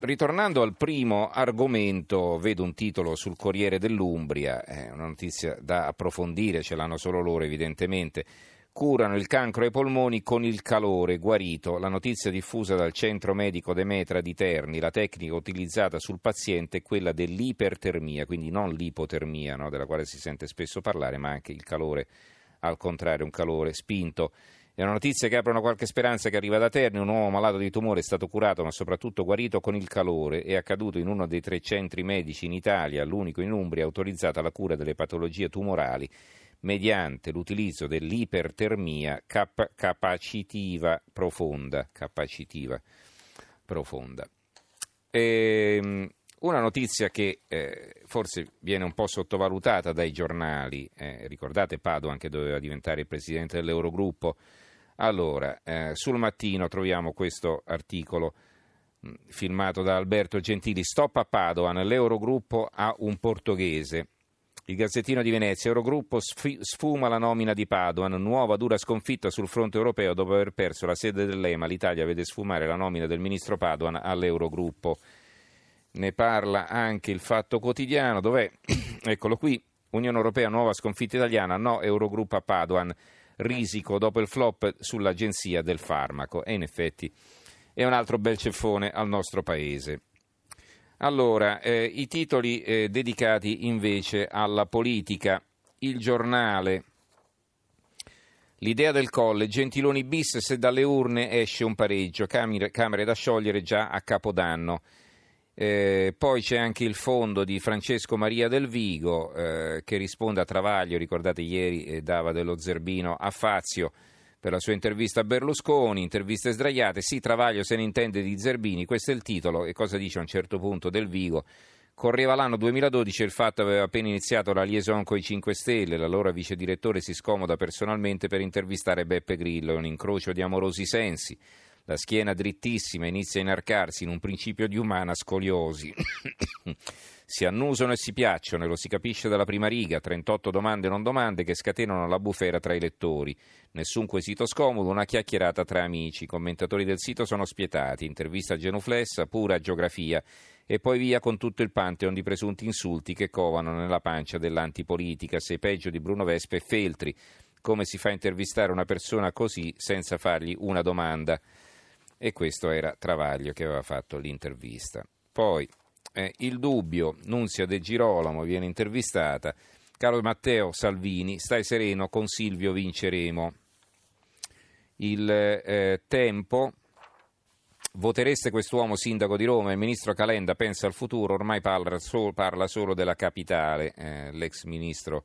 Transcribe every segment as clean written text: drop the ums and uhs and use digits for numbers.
Ritornando al primo argomento, vedo un titolo sul Corriere dell'Umbria, è una notizia da approfondire, ce l'hanno solo loro evidentemente. Curano il cancro ai polmoni con il calore, guarito. La notizia diffusa dal centro medico Demetra di Terni, la tecnica utilizzata sul paziente è quella dell'ipertermia, quindi non l'ipotermia, no, della quale si sente spesso parlare, ma anche il calore, al contrario, un calore spinto. È una notizia che apre una qualche speranza che arriva da Terni. Un uomo malato di tumore è stato curato ma soprattutto guarito con il calore. È accaduto in uno dei 3 centri medici in Italia, l'unico in Umbria, autorizzato alla cura delle patologie tumorali mediante l'utilizzo dell'ipertermia capacitiva profonda. Una notizia che forse viene un po' sottovalutata dai giornali, ricordate Padoan che doveva diventare il presidente dell'Eurogruppo? Allora, sul Mattino troviamo questo articolo filmato da Alberto Gentili, stop a Padoan, l'Eurogruppo ha un portoghese. Il Gazzettino di Venezia, Eurogruppo sfuma la nomina di Padoan, nuova dura sconfitta sul fronte europeo dopo aver perso la sede dell'EMA, l'Italia vede sfumare la nomina del ministro Padoan all'Eurogruppo. Ne parla anche il Fatto Quotidiano, dov'è? Eccolo qui, Unione Europea, nuova sconfitta italiana, no Eurogruppo a Padoan, risico dopo il flop sull'Agenzia del Farmaco. E in effetti è un altro bel ceffone al nostro paese. Allora, i titoli dedicati invece alla politica. Il Giornale, l'idea del Colle, Gentiloni bis se dalle urne esce un pareggio, Camere da sciogliere già a Capodanno. Poi c'è anche il fondo di Francesco Maria Del Vigo che risponde a Travaglio, ricordate ieri dava dello zerbino a Fazio per la sua intervista a Berlusconi, interviste sdraiate, sì Travaglio se ne intende di zerbini, questo è il titolo. E cosa dice a un certo punto Del Vigo? Correva l'anno 2012 e il Fatto aveva appena iniziato la liaison coi 5 Stelle, l'allora vice direttore si scomoda personalmente per intervistare Beppe Grillo, è un incrocio di amorosi sensi. La schiena drittissima inizia a inarcarsi in un principio di umana scoliosi. Si annusano e si piacciono e lo si capisce dalla prima riga, 38 domande e non domande che scatenano la bufera tra i lettori. Nessun quesito scomodo, una chiacchierata tra amici. I commentatori del sito sono spietati, intervista genuflessa, pura geografia e poi via con tutto il pantheon di presunti insulti che covano nella pancia dell'antipolitica. Sei peggio di Bruno Vespa e Feltri. Come si fa a intervistare una persona così senza fargli una domanda? E questo era Travaglio che aveva fatto l'intervista. Poi il Dubbio, Nunzia De Girolamo viene intervistata. Caro Matteo Salvini, stai sereno, con Silvio vinceremo. Il Tempo, votereste quest'uomo sindaco di Roma? Il ministro Calenda pensa al futuro, ormai parla solo della capitale. L'ex ministro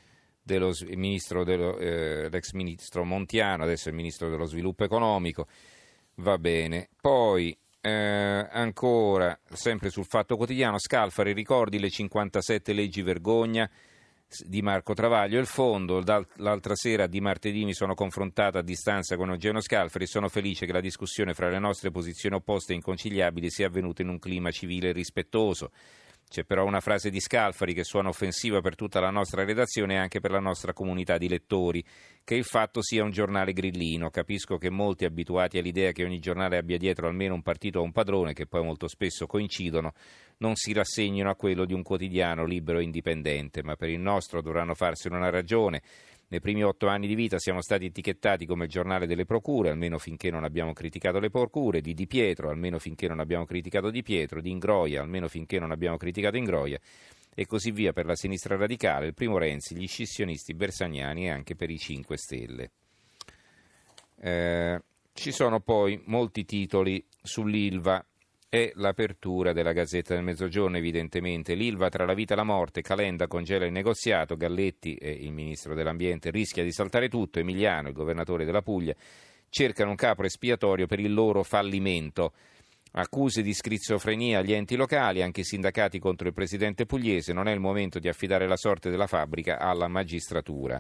Montiano, adesso è il ministro dello sviluppo economico. Va bene, poi ancora, sempre sul Fatto Quotidiano, Scalfari, ricordi le 57 leggi vergogna di Marco Travaglio, il fondo, l'altra sera di martedì mi sono confrontata a distanza con Eugenio Scalfari e sono felice che la discussione fra le nostre posizioni opposte e inconciliabili sia avvenuta in un clima civile e rispettoso. C'è però una frase di Scalfari che suona offensiva per tutta la nostra redazione e anche per la nostra comunità di lettori, che il Fatto sia un giornale grillino. Capisco che molti abituati all'idea che ogni giornale abbia dietro almeno un partito o un padrone, che poi molto spesso coincidono, non si rassegnino a quello di un quotidiano libero e indipendente, ma per il nostro dovranno farsene una ragione. Nei primi 8 anni di vita siamo stati etichettati come il giornale delle procure, almeno finché non abbiamo criticato le procure, di Di Pietro, almeno finché non abbiamo criticato Di Pietro, di Ingroia, almeno finché non abbiamo criticato Ingroia, e così via per la sinistra radicale, il primo Renzi, gli scissionisti bersaniani e anche per i 5 Stelle. Ci sono poi molti titoli sull'Ilva. È l'apertura della Gazzetta del Mezzogiorno, evidentemente. L'Ilva tra la vita e la morte, Calenda congela il negoziato, Galletti, il ministro dell'Ambiente, rischia di saltare tutto, Emiliano, il governatore della Puglia, cercano un capro espiatorio per il loro fallimento. Accuse di schizofrenia agli enti locali, anche i sindacati contro il presidente pugliese, non è il momento di affidare la sorte della fabbrica alla magistratura.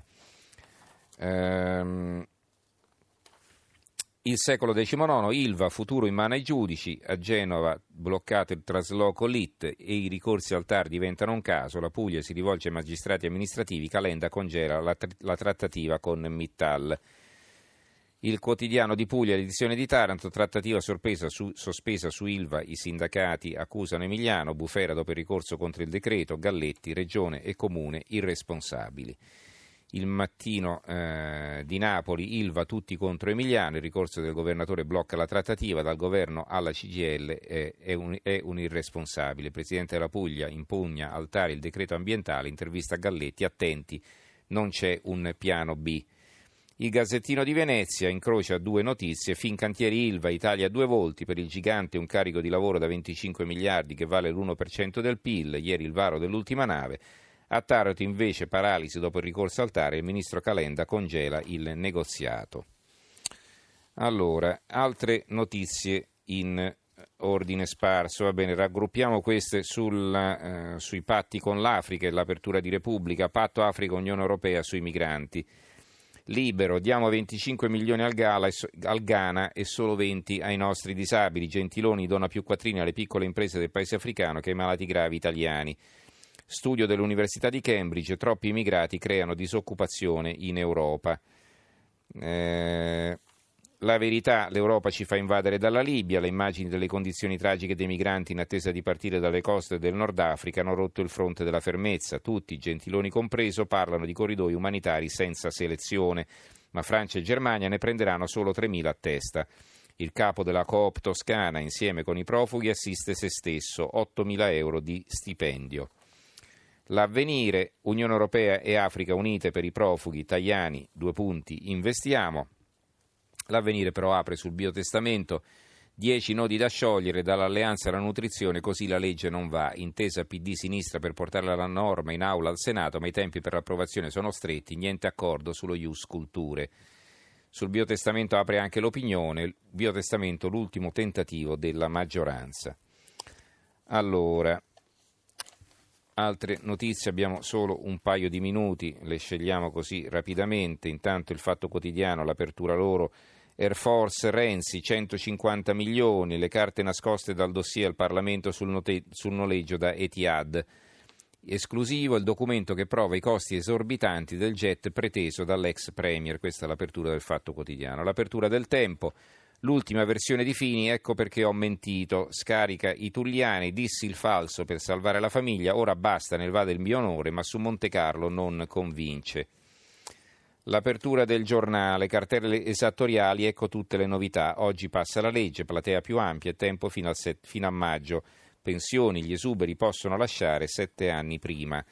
Il Secolo XIX, Ilva, futuro in mano ai giudici, a Genova bloccato il trasloco LIT e i ricorsi al TAR diventano un caso, la Puglia si rivolge ai magistrati amministrativi, Calenda congela la trattativa con Mittal. Il Quotidiano di Puglia, l'edizione di Taranto, trattativa sospesa su Ilva, i sindacati accusano Emiliano, Bufera dopo il ricorso contro il decreto, Galletti, Regione e Comune irresponsabili. Il Mattino di Napoli, Ilva tutti contro Emiliano, il ricorso del governatore blocca la trattativa, dal governo alla CGIL è un irresponsabile. Il Presidente della Puglia impugna al TAR il decreto ambientale, intervista a Galletti, attenti, non c'è un piano B. Il Gazzettino di Venezia incrocia due notizie, Fincantieri Ilva, Italia a due volti, per il gigante un carico di lavoro da 25 miliardi che vale l'1% del PIL, ieri il varo dell'ultima nave. A Taranto invece paralisi dopo il ricorso al TAR, il ministro Calenda congela il negoziato. Allora, altre notizie in ordine sparso, va bene, raggruppiamo queste sui patti con l'Africa e l'apertura di Repubblica, patto Africa-Unione Europea sui migranti. Libero, diamo 25 milioni al Ghana e solo 20 ai nostri disabili. Gentiloni dona più quattrini alle piccole imprese del paese africano che ai malati gravi italiani. Studio dell'Università di Cambridge, troppi immigrati creano disoccupazione in Europa. La verità, l'Europa ci fa invadere dalla Libia, le immagini delle condizioni tragiche dei migranti in attesa di partire dalle coste del Nord Africa hanno rotto il fronte della fermezza. Tutti, Gentiloni compreso, parlano di corridoi umanitari senza selezione, ma Francia e Germania ne prenderanno solo 3.000 a testa. Il capo della Coop toscana, insieme con i profughi, assiste se stesso, 8.000 euro di stipendio. L'Avvenire, Unione Europea e Africa unite per i profughi, Tajani, 2 punti, investiamo. L'Avvenire però apre sul biotestamento, 10 nodi da sciogliere, dall'alleanza alla nutrizione, così la legge non va. Intesa PD-Sinistra per portarla la norma in aula al Senato, ma i tempi per l'approvazione sono stretti, niente accordo sullo Ius Culture. Sul biotestamento apre anche l'Opinione, il biotestamento l'ultimo tentativo della maggioranza. Allora, altre notizie, abbiamo solo un paio di minuti, le scegliamo così rapidamente. Intanto il Fatto Quotidiano, l'apertura loro, Air Force, Renzi, 150 milioni, le carte nascoste dal dossier al Parlamento sul noleggio da Etihad. Esclusivo il documento che prova i costi esorbitanti del jet preteso dall'ex premier, questa è l'apertura del Fatto Quotidiano. L'apertura del Tempo, l'ultima versione di Fini, ecco perché ho mentito, scarica i Tulliani, dissi il falso per salvare la famiglia, ora basta, ne va del mio onore, ma su Monte Carlo non convince. L'apertura del Giornale, cartelle esattoriali, ecco tutte le novità, oggi passa la legge, platea più ampia e tempo fino a maggio, pensioni, gli esuberi possono lasciare 7 anni prima.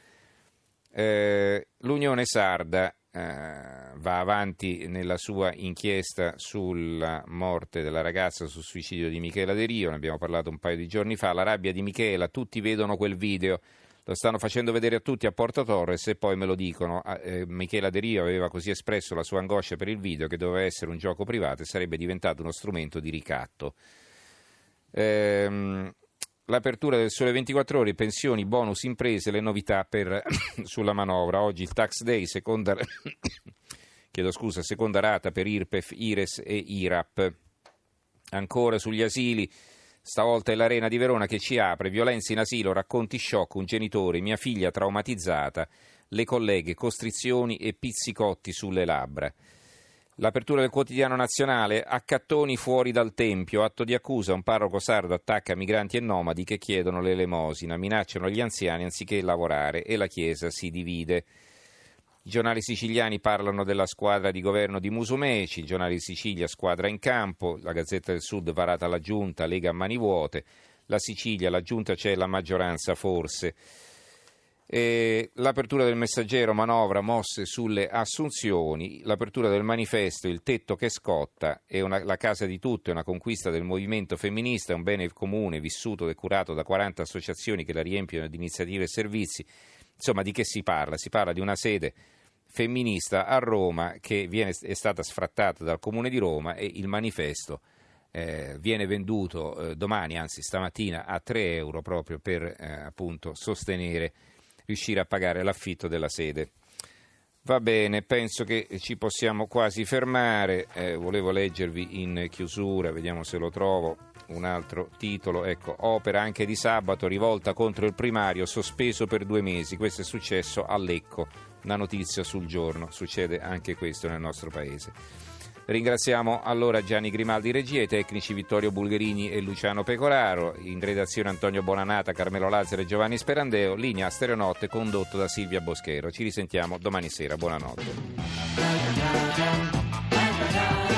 L'Unione Sarda va avanti nella sua inchiesta sulla morte della ragazza, sul suicidio di Michela De Rio, ne abbiamo parlato un paio di giorni fa, la rabbia di Michela, tutti vedono quel video, lo stanno facendo vedere a tutti a Porta Torres e poi me lo dicono, Michela De Rio aveva così espresso la sua angoscia per il video che doveva essere un gioco privato e sarebbe diventato uno strumento di ricatto. L'apertura del Sole 24 Ore, pensioni, bonus, imprese, le novità sulla manovra. Oggi il tax day, seconda rata per IRPEF, IRES e IRAP. Ancora sugli asili, stavolta è l'Arena di Verona che ci apre, violenza in asilo, racconti shock, un genitore, mia figlia traumatizzata, le colleghe, costrizioni e pizzicotti sulle labbra. L'apertura del Quotidiano Nazionale, accattoni fuori dal Tempio, atto di accusa, un parroco sardo attacca migranti e nomadi che chiedono l'elemosina, minacciano gli anziani anziché lavorare e la Chiesa si divide. I giornali siciliani parlano della squadra di governo di Musumeci, il giornale di Sicilia squadra in campo, la Gazzetta del Sud varata la giunta, Lega a mani vuote, la Sicilia, la giunta c'è, la maggioranza forse. L'apertura del Messaggero, manovra, mosse sulle assunzioni, l'apertura del Manifesto, il tetto che scotta, la casa di tutto è una conquista del movimento femminista, è un bene comune vissuto e curato da 40 associazioni che la riempiono di iniziative e servizi. Insomma, di che si parla? Si parla di una sede femminista a Roma che è stata sfrattata dal Comune di Roma e il Manifesto viene venduto domani, anzi stamattina, a 3 euro proprio per appunto sostenere, riuscire a pagare l'affitto della sede. Va bene, penso che ci possiamo quasi fermare. Volevo leggervi in chiusura, vediamo se lo trovo, un altro titolo. Ecco, opera anche di sabato, rivolta contro il primario, sospeso per 2 mesi. Questo è successo a Lecco, una notizia sul giorno. Succede anche questo nel nostro paese. Ringraziamo allora Gianni Grimaldi regia, i tecnici Vittorio Bulgherini e Luciano Pecoraro, in redazione Antonio Bonanata, Carmelo Lazzaro e Giovanni Sperandeo, linea Stereonotte condotto da Silvia Boschero. Ci risentiamo domani sera, buonanotte.